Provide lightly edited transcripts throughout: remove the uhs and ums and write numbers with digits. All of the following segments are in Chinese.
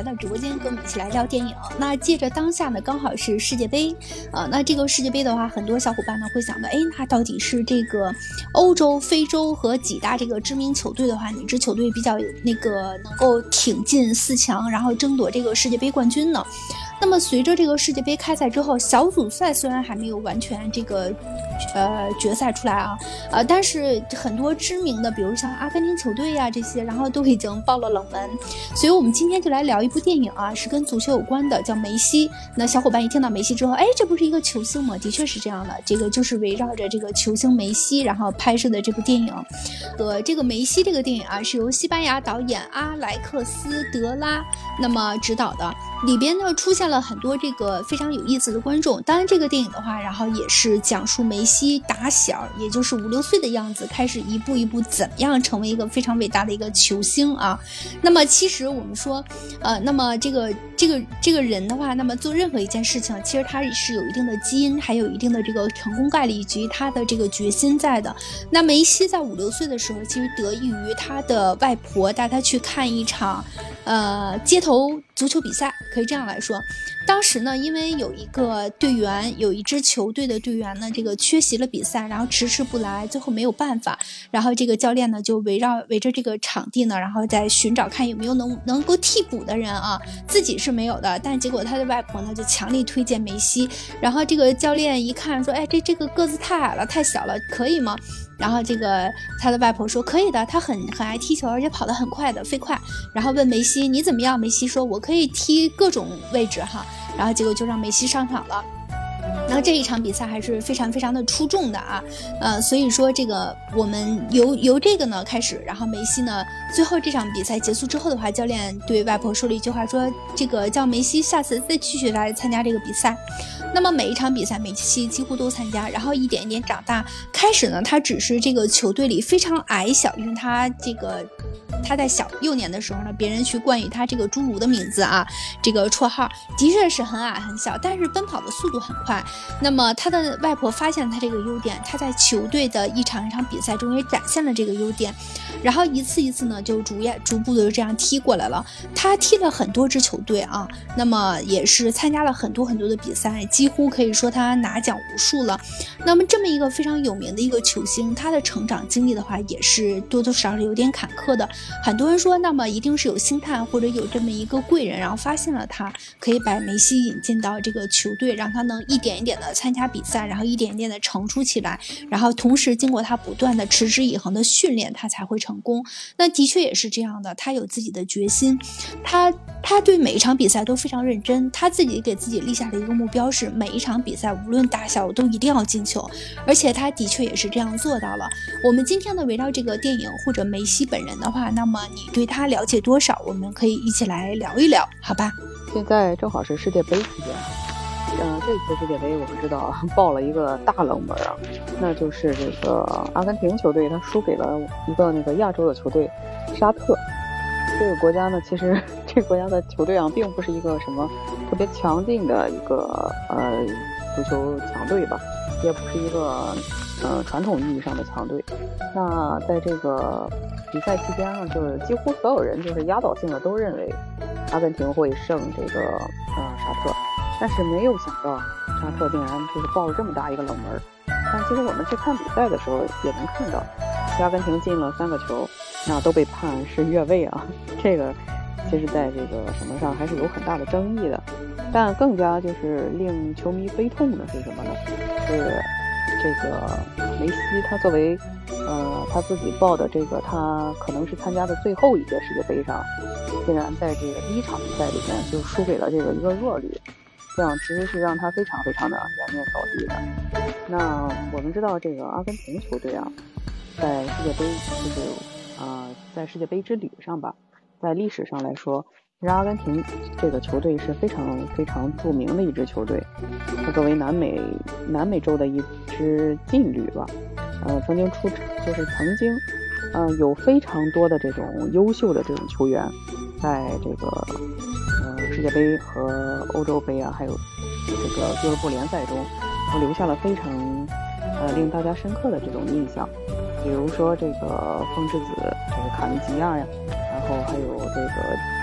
到直播间跟我们一起来聊电影。那借着当下呢，刚好是世界杯，那这个世界杯的话，很多小伙伴呢会想到，那到底是这个欧洲、非洲和几大这个知名球队的话，哪支球队比较有那个能够挺进4强，然后争夺这个世界杯冠军呢？那么随着这个世界杯开赛之后，小组赛虽然还没有完全这个决赛出来啊，但是很多知名的，比如像阿根廷球队呀这些，然后都已经爆了冷门。所以我们今天就来聊一部电影啊，是跟足球有关的，叫梅西。那小伙伴一听到梅西之后，这不是一个球星吗？的确是这样的，这个就是围绕着这个球星梅西然后拍摄的这部电影。这个梅西这个电影啊，是由西班牙导演阿莱克斯·德拉那么执导的，里边呢出现了很多这个非常有意思的观众。当然这个电影的话，然后也是讲述梅西打小，也就是5、6岁的样子，开始一步一步怎么样成为一个非常伟大的一个球星啊。那么其实我们说那么这个人的话，那么做任何一件事情，其实他是有一定的基因，还有一定的这个成功概率以及他的这个决心在的。那梅西在5、6岁的时候，其实得益于他的外婆带他去看一场街头足球比赛，可以这样来说。当时呢，因为有一个队员，有一支球队的队员呢，这个缺席了比赛，然后迟迟不来，最后没有办法，然后这个教练呢就围着这个场地呢，然后再寻找看有没有能够替补的人啊，自己是没有的，但结果他的外婆呢就强力推荐梅西，然后这个教练一看说，这个个子太矮了，太小了，可以吗？然后这个他的外婆说可以的，他很爱踢球，而且跑得很快的，飞快。然后问梅西你怎么样？梅西说我可以踢各种位置哈。然后结果就让梅西上场了。那这一场比赛还是非常非常的出众的啊，所以说这个我们由这个呢开始，然后梅西呢最后这场比赛结束之后的话，教练对外婆说了一句话，说这个叫梅西下次再继续来参加这个比赛。那么每一场比赛梅西几乎都参加，然后一点一点长大。开始呢他只是这个球队里非常矮小，因为他在幼年的时候呢，别人去冠以他这个侏儒的名字啊，这个绰号的确是很矮很小，但是奔跑的速度很快。那么他的外婆发现他这个优点，他在球队的一场一场比赛中也展现了这个优点，然后一次一次呢就逐步的这样踢过来了。他踢了很多支球队啊，那么也是参加了很多很多的比赛，几乎可以说他拿奖无数了。那么这么一个非常有名的一个球星，他的成长经历的话也是多多少少有点坎坷的。很多人说那么一定是有星探或者有这么一个贵人，然后发现了他，可以把梅西引进到这个球队，让他能一点一点的参加比赛，然后一点一点的成熟起来，然后同时经过他不断的持之以恒的训练，他才会成功。那的确也是这样的，他有自己的决心，他对每一场比赛都非常认真，他自己给自己立下的一个目标是每一场比赛无论大小都一定要进球，而且他的确也是这样做到了。我们今天呢围绕这个电影或者梅西本人的话，那么你对他了解多少，我们可以一起来聊一聊，好吧？ 现在正好是世界杯期间，这次世界杯我们知道爆了一个大冷门啊，那就是这个阿根廷球队，他输给了一个那个亚洲的球队沙特。这个国家呢，其实这个国家的球队啊，并不是一个什么特别强劲的一个足球强队吧，也不是一个传统意义上的强队。那在这个比赛期间呢，就是几乎所有人就是压倒性的都认为阿根廷会胜这个沙特，但是没有想到沙特竟然就是爆了这么大一个冷门。但其实我们去看比赛的时候也能看到，阿根廷进了3个球，那都被判是越位啊，这个其实在这个什么上还是有很大的争议的。但更加就是令球迷悲痛的是什么呢？是这个梅西他作为他自己报的这个他可能是参加的最后一届世界杯上，竟然在这个第一场比赛里面就输给了这个一个弱旅，这样其实是让他非常非常的颜面扫地的。那我们知道这个阿根廷球队啊，在世界杯就是在世界杯之旅上吧，在历史上来说，其实阿根廷这个球队是非常非常著名的一支球队。它作为南美洲的一支劲旅吧，曾经有非常多的这种优秀的这种球员，在这个世界杯和欧洲杯啊，还有这个俱乐部联赛中，都留下了非常令大家深刻的这种印象。比如说这个风之子这个卡尼吉亚呀，然后还有这个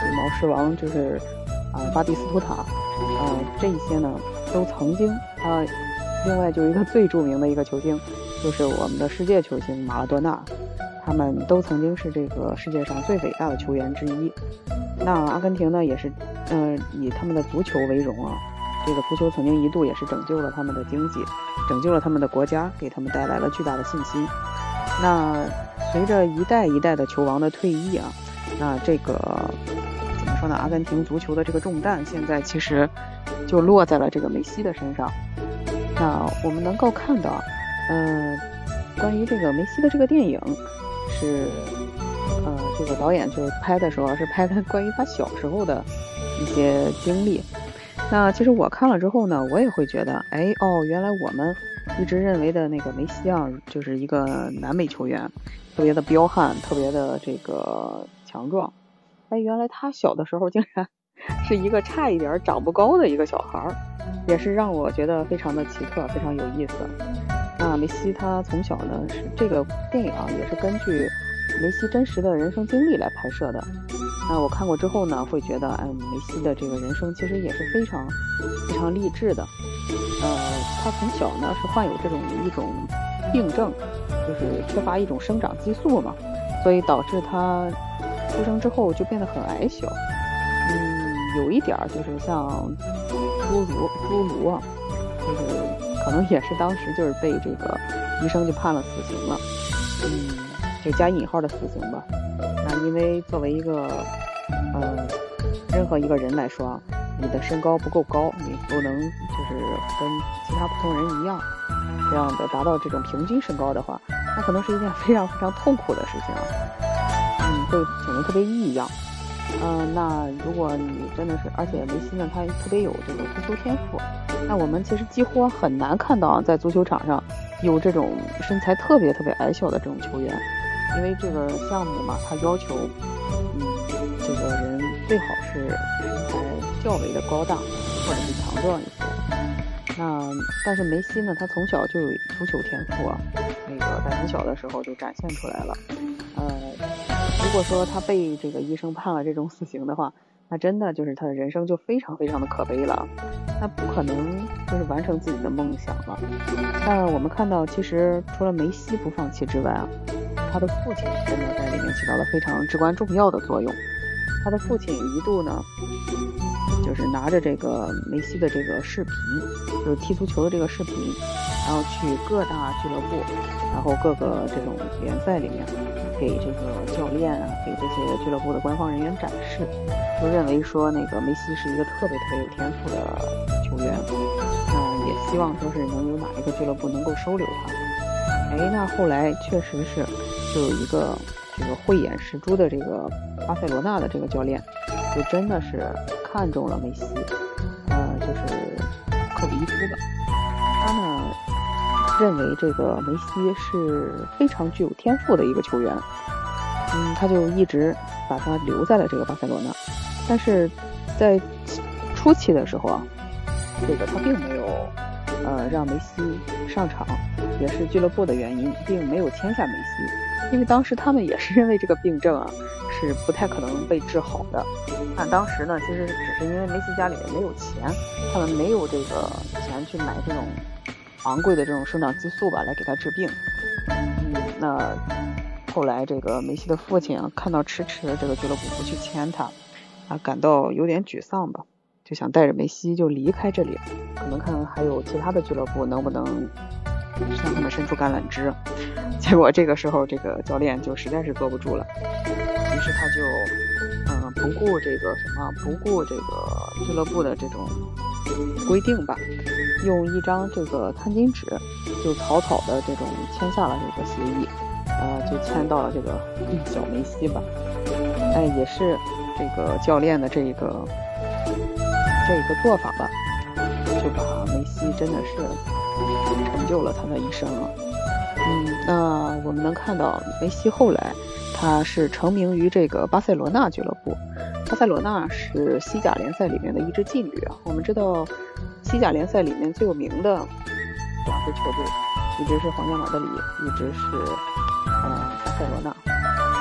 毛狮王就是巴蒂斯图塔这一些呢都曾经另外就一个最著名的一个球星就是我们的世界球星马拉多纳，他们都曾经是这个世界上最伟大的球员之一。那阿根廷呢也是以他们的足球为荣啊，这个足球曾经一度也是拯救了他们的经济，拯救了他们的国家，给他们带来了巨大的信心。那随着一代一代的球王的退役啊，那这个怎么说呢，阿根廷足球的这个重担现在其实就落在了这个梅西的身上。那我们能够看到关于这个梅西的这个电影是这个导演就是拍的时候是拍的关于他小时候的一些经历。那其实我看了之后呢，我也会觉得原来我们一直认为的那个梅西啊，就是一个南美球员，特别的彪悍，特别的这个强壮。原来他小的时候竟然是一个差一点长不高的一个小孩，也是让我觉得非常的奇特，非常有意思。那梅西他从小呢，是这个电影也是根据梅西真实的人生经历来拍摄的。那我看过之后呢，会觉得梅西的这个人生其实也是非常非常励志的。他从小呢是患有一种病症，就是缺乏一种生长激素嘛，所以导致他出生之后就变得很矮小。有一点就是像侏儒啊，就是可能也是当时就是被这个医生就判了死刑了，就加引号的死刑吧。那因为作为一个任何一个人来说，你的身高不够高，你不能就是跟其他普通人一样这样的达到这种平均身高的话，那可能是一件非常非常痛苦的事情会显得特别异样。那如果你真的是，而且梅西呢，他特别有这个足球天赋，那我们其实几乎很难看到在足球场上有这种身材特别特别矮小的这种球员，因为这个项目嘛，他要求这个人最好是身材较为的高大或者是强壮一些。但是梅西呢，他从小就有足球天赋那个在很小的时候就展现出来了。如果说他被这个医生判了这种死刑的话，那真的就是他的人生就非常非常的可悲了，他不可能就是完成自己的梦想了。那我们看到，其实除了梅西不放弃之外他的父亲真的在里面起到了非常至关重要的作用。他的父亲一度呢，就是拿着这个梅西的这个视频，就是踢足球的这个视频，然后去各大俱乐部，然后各个这种联赛里面给这个教练给这些俱乐部的官方人员展示，就认为说那个梅西是一个特别特别有天赋的球员，也希望说是能有哪一个俱乐部能够收留他。那后来确实是就有一个这个慧眼识珠的这个巴塞罗那的这个教练，就真的是看中了梅西，就是克里夫吧，他呢认为这个梅西是非常具有天赋的一个球员，他就一直把他留在了这个巴塞罗那。但是在初期的时候这个他并没有让梅西上场，也是俱乐部的原因，并没有签下梅西，因为当时他们也是认为这个病症是不太可能被治好的。但当时呢，其实只是因为梅西家里面没有钱，他们没有这个钱去买这种昂贵的这种生长激素吧，来给他治病。那后来这个梅西的父亲看到迟这个俱乐部不去签他，感到有点沮丧吧，就想带着梅西就离开这里，可能看还有其他的俱乐部能不能向他们伸出橄榄枝。结果这个时候这个教练就实在是坐不住了，于是他就不顾这个俱乐部的这种规定吧，用一张这个餐巾纸就草草的这种签下了这个协议，就签到了这个小梅西吧。也是这个教练的这一个做法吧，就把梅西真的是成就了他的一生那我们能看到梅西后来他是成名于这个巴塞罗那俱乐部。巴塞罗那是西甲联赛里面的一支劲旅我们知道西甲联赛里面最有名的两支球队，一支是皇家马德里，一支是巴塞罗那。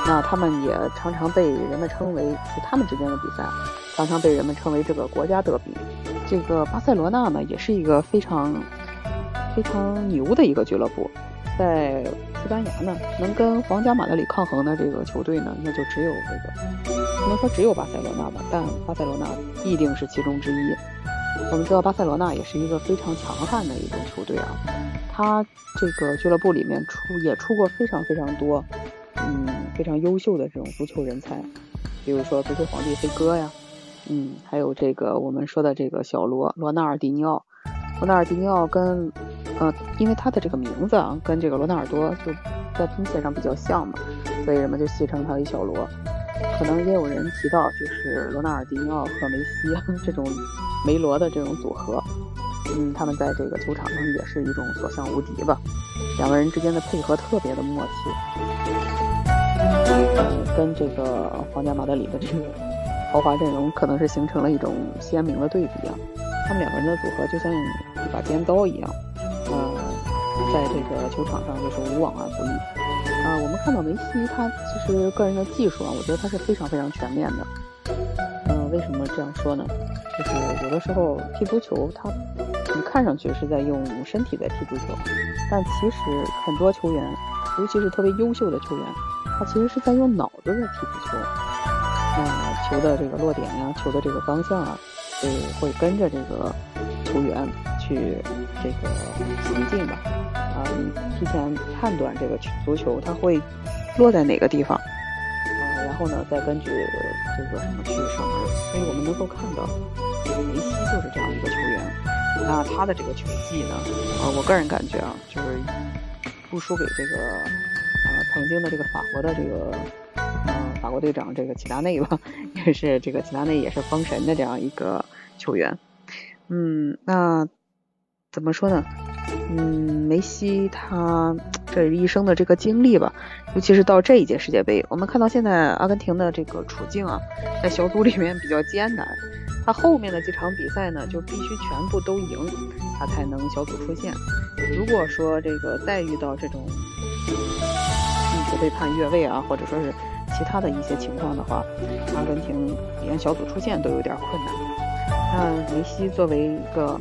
那他们也常常被人们称为，就他们之间的比赛常常被人们称为这个国家德比。这个巴塞罗那呢，也是一个非常牛的一个俱乐部。在西班牙呢，能跟皇家马德里抗衡的这个球队呢，那就只有这个，不能说只有巴塞罗那吧，但巴塞罗那必定是其中之一。我们知道巴塞罗那也是一个非常强悍的一种球队啊，他这个俱乐部里面也出过非常多非常优秀的这种足球人才，比如说足球皇帝飞哥呀，还有这个我们说的这个小罗纳尔迪尼奥跟因为他的这个名字啊跟这个罗纳尔多就在拼写上比较像嘛，所以人们就戏称他为小罗。可能也有人提到就是罗纳尔迪尼奥和梅西这种梅罗的这种组合，他们在这个球场上也是一种所向无敌吧，两个人之间的配合特别的默契，跟这个皇家马德里的这个豪华阵容可能是形成了一种鲜明的对比啊。他们两个人的组合就像一把尖刀一样，在这个球场上就是无往而不利。我们看到梅西他其实个人的技术啊，我觉得他是非常全面的。为什么这样说呢？就是有的时候踢足球，你看上去是在用身体在踢足球，但其实很多球员，尤其是特别优秀的球员，他其实是在用脑子在踢足球。球的这个落点呀，球的这个方向啊，会跟着这个球员去这个行进吧。你提前判断这个足球它会落在哪个地方，然后呢再根据这个什么去射门。所以我们能够看到梅西就是这样一个球员。那他的这个球技呢，我个人感觉啊，就是不输给这个曾经的这个法国的这个法国队长这个齐达内吧，也是这个齐达内也是封神的这样一个球员。那怎么说呢？梅西他这一生的这个经历吧，尤其是到这一届世界杯，我们看到现在阿根廷的这个处境啊，在小组里面比较艰难，他后面的几场比赛呢，就必须全部都赢，他才能小组出线。如果说这个再遇到这种就被判越位啊，或者说是其他的一些情况的话，阿根廷连小组出线都有点困难。那梅西作为一个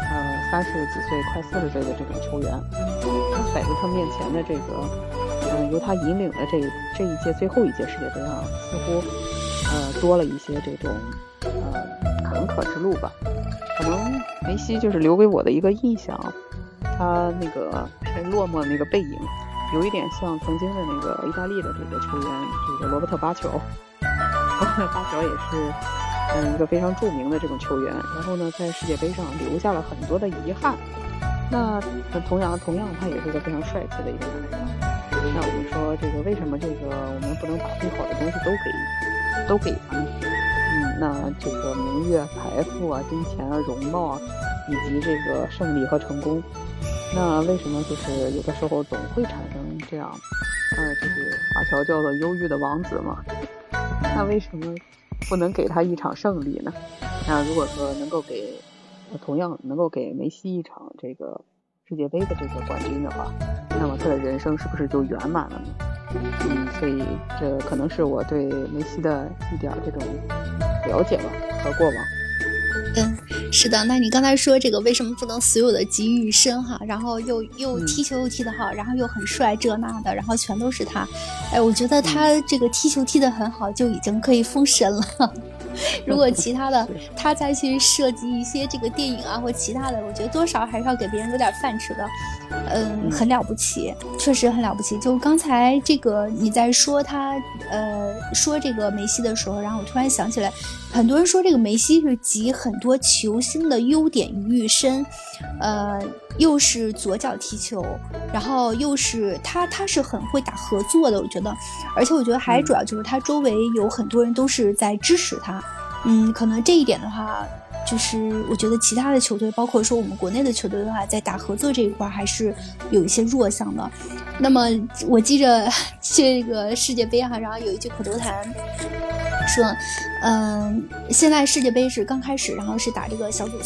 30几岁快40岁的这种球员，摆在他面前的这个由他引领的这一届最后一届世界杯啊，似乎多了一些这种坎坷之路吧。可能梅西就是留给我的一个印象，他那个沉落寞的那个背影有一点像曾经的那个意大利的这个球员这个罗伯特巴乔。巴乔也是一个非常著名的这种球员，然后呢在世界杯上留下了很多的遗憾。那同样他也是一个非常帅气的一个男人。那我们说这个为什么这个我们不能把最好的东西都给他呢？那这个名誉、财富啊、金钱啊、容貌啊，以及这个胜利和成功，那为什么就是有的时候总会产生这样就是巴乔叫做忧郁的王子嘛？那为什么不能给他一场胜利呢？那如果说同样能够给梅西一场这个世界杯的这个冠军的话，那么他的人生是不是就圆满了呢？所以这可能是我对梅西的一点这种了解吧和过往。 是的，那你刚才说这个为什么不能所有的集于一身哈，然后又踢球又踢得好，然后又很帅这那的，然后全都是他。我觉得他这个踢球踢得很好就已经可以封神了。如果其他的他再去设计一些这个电影啊或其他的，我觉得多少还是要给别人留点饭吃的。很了不起，确实很了不起。就刚才这个你在说他说这个梅西的时候，然后我突然想起来，很多人说这个梅西是集很多球星的优点于一身，又是左脚踢球，然后又是他是很会打合作的，我觉得，而且我觉得还主要就是他周围有很多人都是在支持他，可能这一点的话，就是我觉得其他的球队，包括说我们国内的球队的话，在打合作这一块还是有一些弱项的。那么我记着这个世界杯哈，然后有一句口头禅说，现在世界杯是刚开始，然后是打这个小组赛，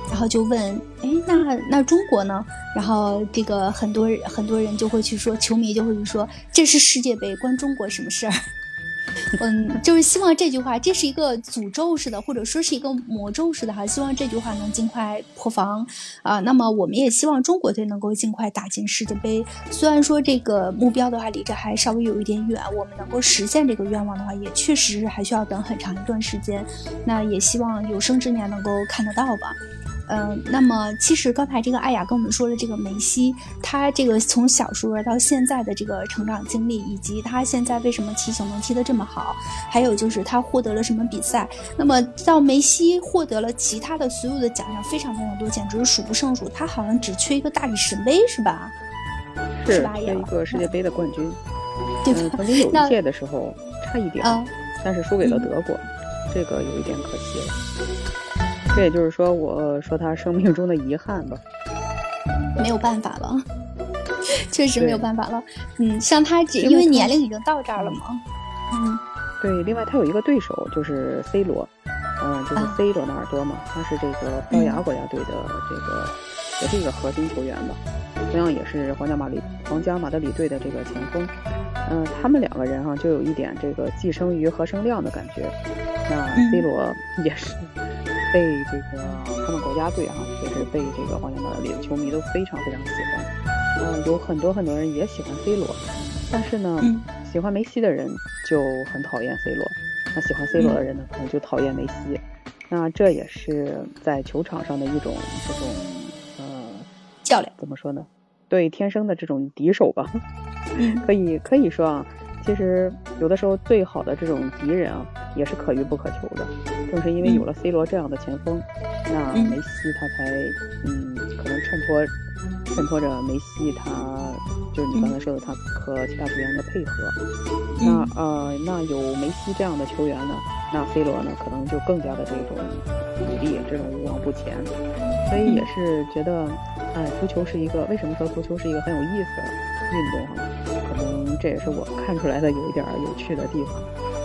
然后就问，哎，那中国呢？然后这个很多人就会去说，球迷就会去说，这是世界杯，关中国什么事儿？就是希望这句话，这是一个诅咒式的，或者说是一个魔咒式的哈，希望这句话能尽快破防啊。那么我们也希望中国队能够尽快打进世界杯。虽然说这个目标的话离这还稍微有一点远，我们能够实现这个愿望的话，也确实还需要等很长一段时间。那也希望有生之年能够看得到吧。那么其实刚才这个艾雅跟我们说了，这个梅西他这个从小时候到现在的这个成长经历，以及他现在为什么踢球能踢得这么好，还有就是他获得了什么比赛。那么到梅西获得了其他的所有的奖项非常多，简直是数不胜数，他好像只缺一个大力神杯是吧？ 是吧？缺一个世界杯的冠军。 对吧？ 曾经有一届的时候差一点，但是输给了德国，这个有一点可惜了。这也就是说，我说他生命中的遗憾吧， 没有办法了，确实没有办法了。像他因为年龄已经到这儿了嘛。 对，另外他有一个对手就是 C 罗，就是 C 罗纳尔多嘛，他是这个葡萄牙国家队的这个也是一个核心球员吧，同样也是皇家马德里队的这个前锋。他们两个人就有一点这个寄生于何生亮的感觉。那 C 罗也是被这个他们国家队也是被这个皇家马德里的球迷都非常喜欢。有很多人也喜欢 C 罗，但是呢，喜欢梅西的人就很讨厌 C 罗，那喜欢 C 罗的人呢，可能就讨厌梅西。那这也是在球场上的一种这种较量， 怎么说呢？对，天生的这种敌手吧。可以说其实有的时候最好的这种敌人也是可遇不可求的。正是因为有了 C 罗这样的前锋，那梅西他才可能衬托着梅西他就是你刚才说的他和其他球员的配合。那有梅西这样的球员呢，那 C 罗呢可能就更加的这种努力，这种无往不前。所以也是觉得足球是一个，为什么说足球是一个很有意思的运动可能这也是我看出来的有一点有趣的地方。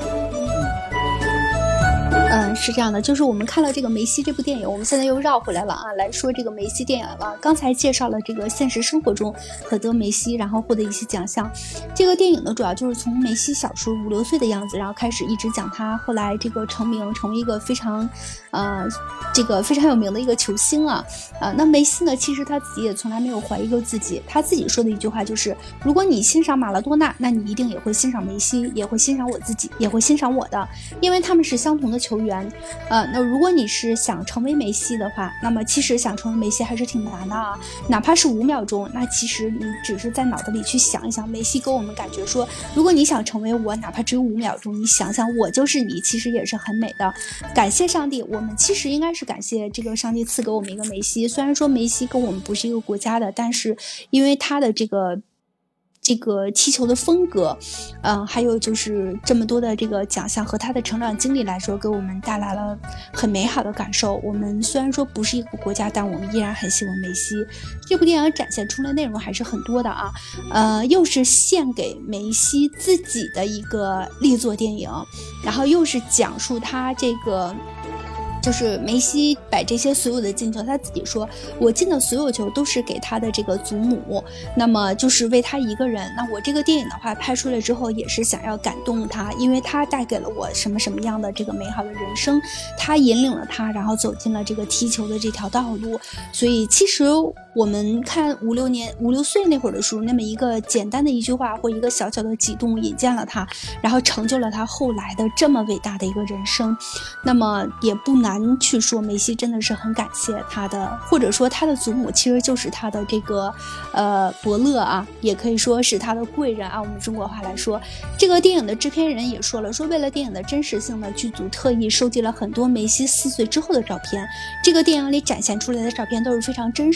是这样的，就是我们看了这个梅西这部电影，我们现在又绕回来了来说这个梅西电影了。刚才介绍了这个现实生活中何德梅西然后获得一些奖项，这个电影呢主要就是从梅西小时候5、6岁的样子，然后开始一直讲他后来这个成名，成为一个非常有名的一个球星那梅西呢其实他自己也从来没有怀疑过自己，他自己说的一句话就是，如果你欣赏马拉多纳，那你一定也会欣赏梅西，也会欣赏我自己，也会欣赏我的，因为他们是相同的球员。那如果你是想成为梅西的话，那么其实想成为梅西还是挺难的哪怕是5秒钟，那其实你只是在脑子里去想一想，梅西给我们感觉说，如果你想成为我，哪怕只有5秒钟，你想想我就是你，其实也是很美的。感谢上帝，我们其实应该是感谢这个上帝赐给我们一个梅西，虽然说梅西跟我们不是一个国家的，但是因为他的这个踢球的风格，还有就是这么多的这个奖项和他的成长经历来说，给我们带来了很美好的感受。我们虽然说不是一个国家，但我们依然很喜欢梅西。这部电影展现出来的内容还是很多的又是献给梅西自己的一个力作电影，然后又是讲述他这个就是梅西把这些所有的进球，他自己说，我进的所有球都是给他的这个祖母，那么就是为他一个人。那我这个电影的话拍出来之后，也是想要感动他，因为他带给了我什么样的这个美好的人生，他引领了他，然后走进了这个踢球的这条道路。所以其实我们看5、6岁那会儿的时候，那么一个简单的一句话或一个小小的举动引荐了他，然后成就了他后来的这么伟大的一个人生。那么也不难去说，梅西真的是很感谢他的，或者说他的祖母其实就是他的这个伯乐也可以说是他的贵人我们中国话来说，这个电影的制片人也说了，说为了电影的真实性呢，剧组特意收集了很多梅西4岁之后的照片，这个电影里展现出来的照片都是非常真实的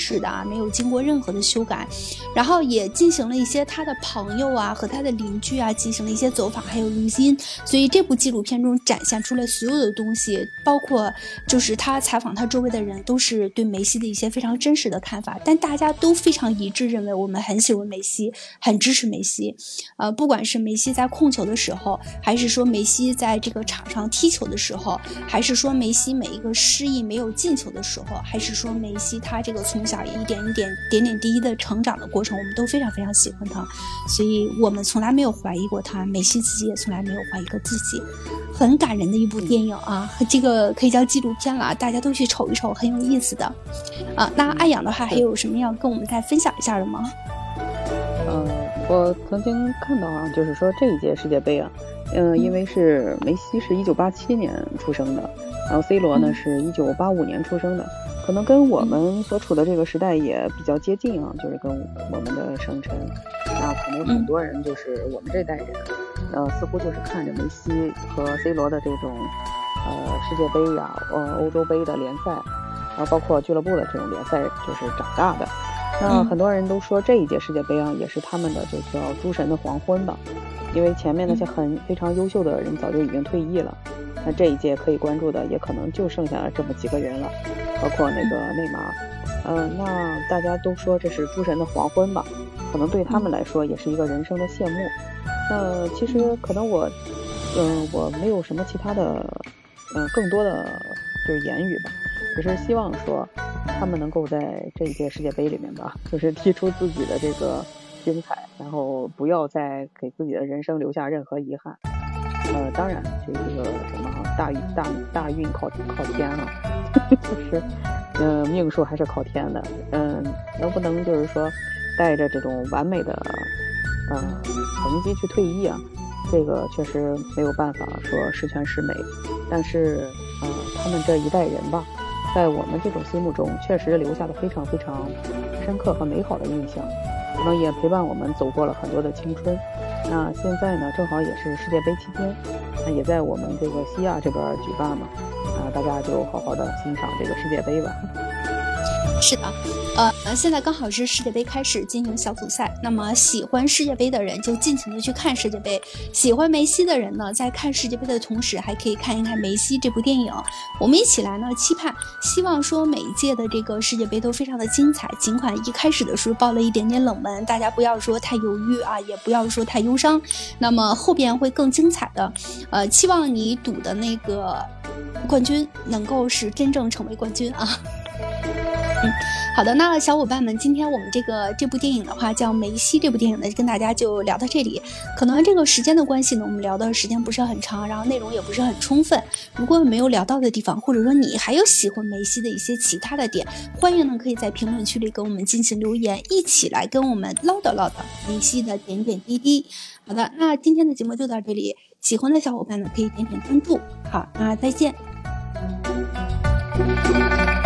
啊，没有经过任何的修改，然后也进行了一些他的朋友啊和他的邻居啊进行了一些走访还有录音，所以这部纪录片中展现出了所有的东西，包括就是他采访他周围的人都是对梅西的一些非常真实的看法，但大家都非常一致认为我们很喜欢梅西，很支持梅西。不管是梅西在控球的时候，还是说梅西在这个场上踢球的时候，还是说梅西每一个失意没有进球的时候，还是说梅西他这个从小一点点滴的成长的过程，我们都非常非常喜欢他，所以我们从来没有怀疑过他，梅西自己也从来没有怀疑过自己。很感人的一部电影啊，这个可以叫纪录片了，大家都去瞅一瞅，很有意思的。那爱养的话还有什么要跟我们再分享一下的吗？ 我曾经看到啊，就是说这一届世界杯啊，因为是梅西是1987年出生的，然后 C 罗呢是1985年出生的，可能跟我们所处的这个时代也比较接近啊，就是跟我们的生辰，那可能有很多人就是我们这代人，似乎就是看着梅西和 C 罗的这种世界杯呀、欧洲杯的联赛，然后包括俱乐部的这种联赛就是长大的。那很多人都说这一届世界杯啊，也是他们的就叫诸神的黄昏吧，因为前面那些非常优秀的人早就已经退役了，那这一届可以关注的也可能就剩下这么几个人了，包括那个内马尔。那大家都说这是诸神的黄昏吧，可能对他们来说也是一个人生的谢幕。那其实可能我没有什么其他的更多的就是言语吧，只是希望说他们能够在这一届世界杯里面吧，就是踢出自己的这个精彩，然后不要再给自己的人生留下任何遗憾。当然这个什么大运靠天啊，就是命数还是靠天的。能不能就是说带着这种完美的成绩去退役啊？这个确实没有办法说十全十美，但是他们这一代人吧，在我们这种心目中确实留下了非常非常深刻和美好的印象，可能也陪伴我们走过了很多的青春。那现在呢，正好也是世界杯期间，那也在我们这个西亚这边举办嘛，大家就好好的欣赏这个世界杯吧。 是的，现在刚好是世界杯开始进行小组赛，那么喜欢世界杯的人就尽情的去看世界杯，喜欢梅西的人呢，在看世界杯的同时还可以看一看梅西这部电影。我们一起来呢期盼，希望说每一届的这个世界杯都非常的精彩，尽管一开始的时候报了一点点冷门，大家不要说太犹豫啊，也不要说太忧伤，那么后边会更精彩的。期望你赌的那个冠军能够是真正成为冠军啊。好的，那小伙伴们，今天我们这部电影的话叫《梅西》，这部电影呢跟大家就聊到这里。可能这个时间的关系呢，我们聊的时间不是很长，然后内容也不是很充分。如果没有聊到的地方，或者说你还有喜欢梅西的一些其他的点，欢迎呢可以在评论区里跟我们进行留言，一起来跟我们唠叨唠叨梅西的点点滴滴。好的，那今天的节目就到这里，喜欢的小伙伴呢可以点点关注。好，那再见。